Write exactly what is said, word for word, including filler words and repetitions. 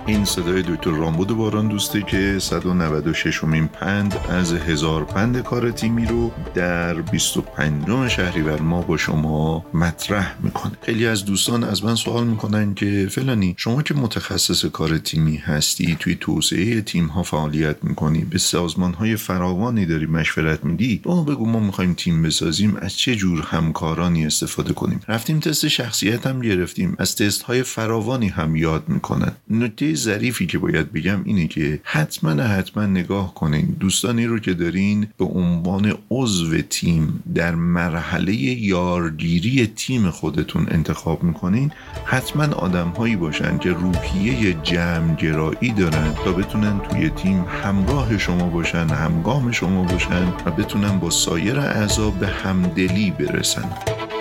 این صدای دکتر رامبد باران دوسته که صد و نود و ششمین پند از هزار پند کار تیمی رو در بیست و پنجم شهریور ماه با شما مطرح میکنه. خیلی از دوستان از من سوال میکنن که فلانی شما که متخصص کار تیمی هستی، توی توسعه تیم ها فعالیت میکنی، به سازمان های فراوانی داری مشورت میدی، با ما بگو ما میخوایم تیم بسازیم، از چه جور همکارانی استفاده کنیم. رفتیم تست شخصیت هم گرفتیم، از تست های فراوانی هم یاد میکنن. نکته ظریفی که باید بگم اینه که حتما حتما نگاه کنین دوستانی رو که دارین به عنوان عضو تیم در مرحله یارگیری تیم خودتون انتخاب میکنین، حتما آدم هایی باشن که روحیه جمع گرایی دارن تا بتونن توی تیم همراه شما باشن، همگام شما باشن و بتونن با سایر اعضا به همدلی برسن.